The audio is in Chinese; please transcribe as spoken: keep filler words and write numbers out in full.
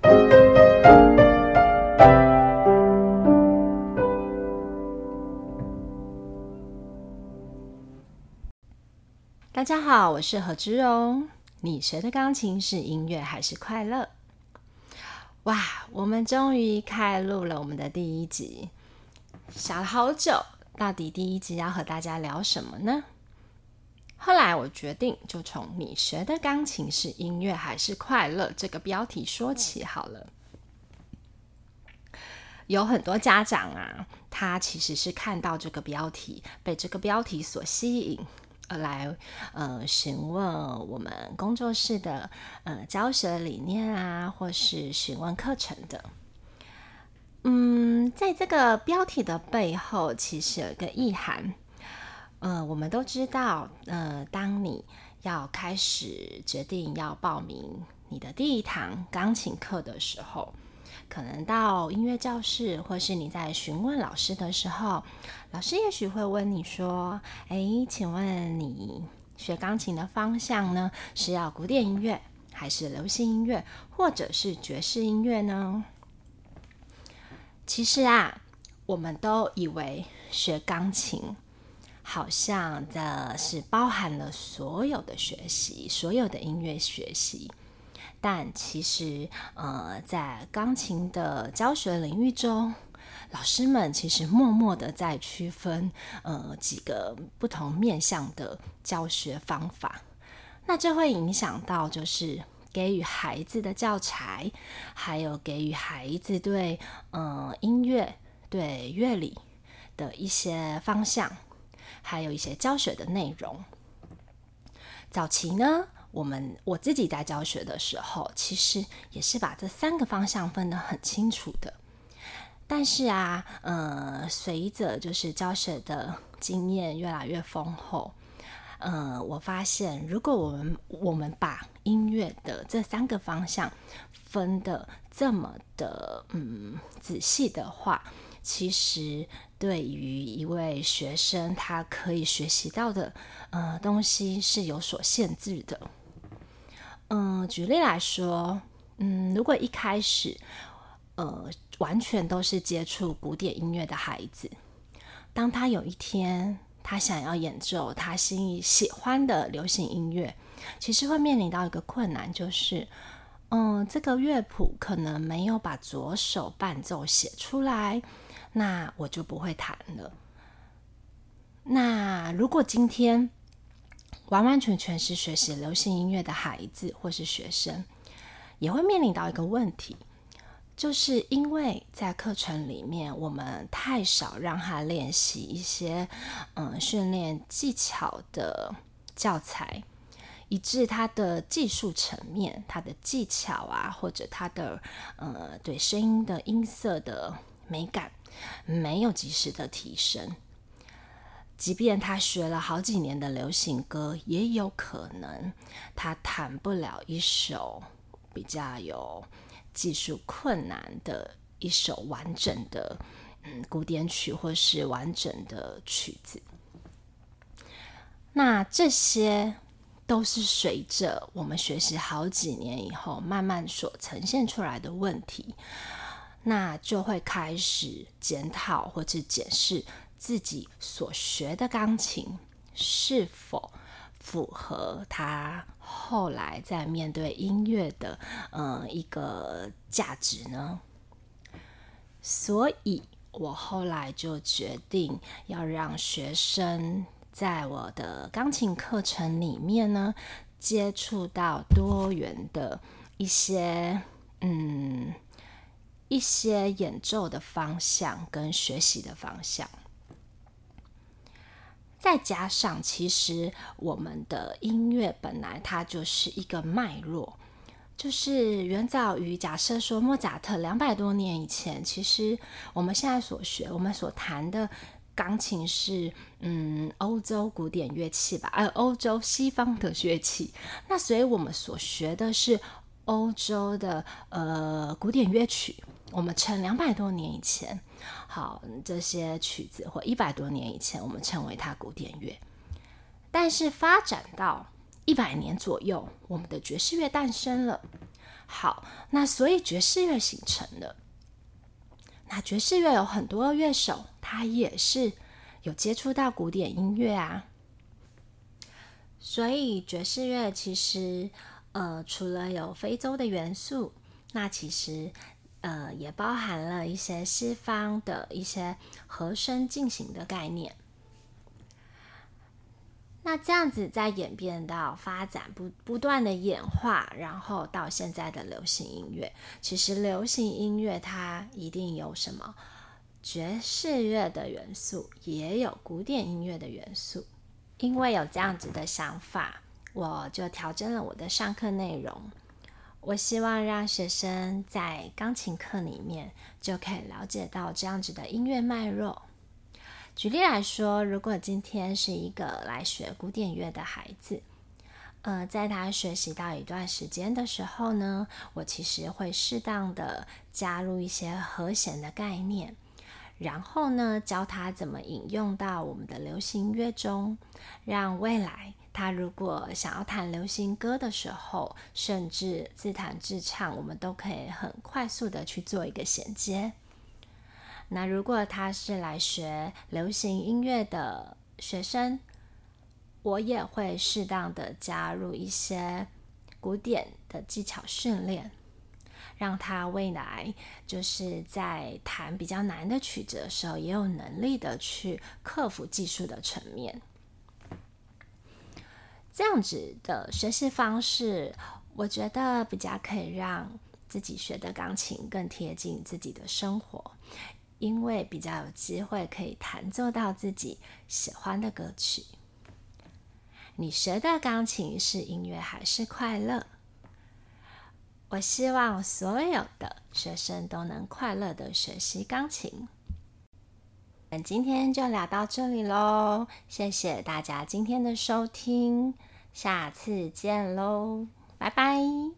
大家好，我是何之荣。你学的钢琴是音乐还是快乐？哇，我们终于开录了我们的第一集，想了好久，到底第一集要和大家聊什么呢？后来我决定就从你学的钢琴是音乐还是快乐这个标题说起好了。有很多家长啊，他其实是看到这个标题，被这个标题所吸引，而来呃询问我们工作室的呃教学理念啊，或是询问课程的。嗯，在这个标题的背后，其实有一个意涵。呃，我们都知道，呃，当你要开始决定要报名你的第一堂钢琴课的时候，可能到音乐教室，或是你在询问老师的时候，老师也许会问你说：“诶，请问你学钢琴的方向呢，是要古典音乐，还是流行音乐，或者是爵士音乐呢？”其实啊，我们都以为学钢琴好像这是包含了所有的学习，所有的音乐学习。但其实呃，在钢琴的教学领域中，老师们其实默默的在区分呃几个不同面向的教学方法。那这会影响到就是给予孩子的教材，还有给予孩子对呃音乐、对乐理的一些方向，还有一些教学的内容。早期呢，我们我自己在教学的时候，其实也是把这三个方向分得很清楚的。但是啊，呃，随着就是教学的经验越来越丰厚，呃，我发现如果我们我们把音乐的这三个方向分得这么的嗯仔细的话，其实对于一位学生他可以学习到的呃东西是有所限制的。嗯、呃，举例来说，嗯，如果一开始呃完全都是接触古典音乐的孩子，当他有一天他想要演奏他心里喜欢的流行音乐，其实会面临到一个困难，就是嗯，这个乐谱可能没有把左手伴奏写出来，那我就不会弹了。那如果今天完完全全是学习流行音乐的孩子或是学生，也会面临到一个问题，就是因为在课程里面我们太少让他练习一些嗯训练技巧的教材，以致他的技术层面，他的技巧啊，或者他的呃对声音的音色的美感没有及时的提升。即便他学了好几年的流行歌，也有可能他弹不了一首比较有技术困难的一首完整的嗯古典曲，或是完整的曲子。那这些都是随着我们学习好几年以后慢慢所呈现出来的问题，那就会开始检讨或是检视自己所学的钢琴是否符合他后来在面对音乐的呃一个价值呢？所以我后来就决定要让学生在我的钢琴课程里面呢，接触到多元的一些嗯一些演奏的方向跟学习的方向。再加上其实我们的音乐本来它就是一个脉络，就是远早于假设说莫扎特两百多年以前，其实我们现在所学我们所弹的钢琴是嗯欧洲古典乐器吧，呃欧洲西方的乐器，那所以我们所学的是欧洲的呃古典乐曲，我们称两百多年以前，好，这些曲子或一百多年以前，我们称为它古典乐。但是发展到一百年左右，我们的爵士乐诞生了。 好，那所以爵士乐形成了。那爵士乐有很多乐手，他也是有接触到古典音乐啊。所以爵士乐其实呃，除了有非洲的元素，那其实呃，也包含了一些西方的一些和声进行的概念。那这样子再演变到发展不不断的演化，然后到现在的流行音乐。其实流行音乐它一定有什么爵士乐的元素，也有古典音乐的元素。因为有这样子的想法，我就调整了我的上课内容。我希望让学生在钢琴课里面就可以了解到这样子的音乐脉络。举例来说，如果今天是一个来学古典乐的孩子，呃，在他学习到一段时间的时候呢，我其实会适当的加入一些和弦的概念，然后呢，教他怎么引用到我们的流行音乐中，让未来他如果想要弹流行歌的时候，甚至自弹自唱，我们都可以很快速的去做一个衔接。那如果他是来学流行音乐的学生，我也会适当的加入一些古典的技巧训练，让他未来就是在弹比较难的曲子的时候，也有能力的去克服技术的层面。这样子的学习方式，我觉得比较可以让自己学的钢琴更贴近自己的生活，因为比较有机会可以弹奏到自己喜欢的歌曲。你学的钢琴是音乐还是快乐？我希望所有的学生都能快乐的学习钢琴。我们今天就聊到这里咯，谢谢大家今天的收听，下次见咯，拜拜。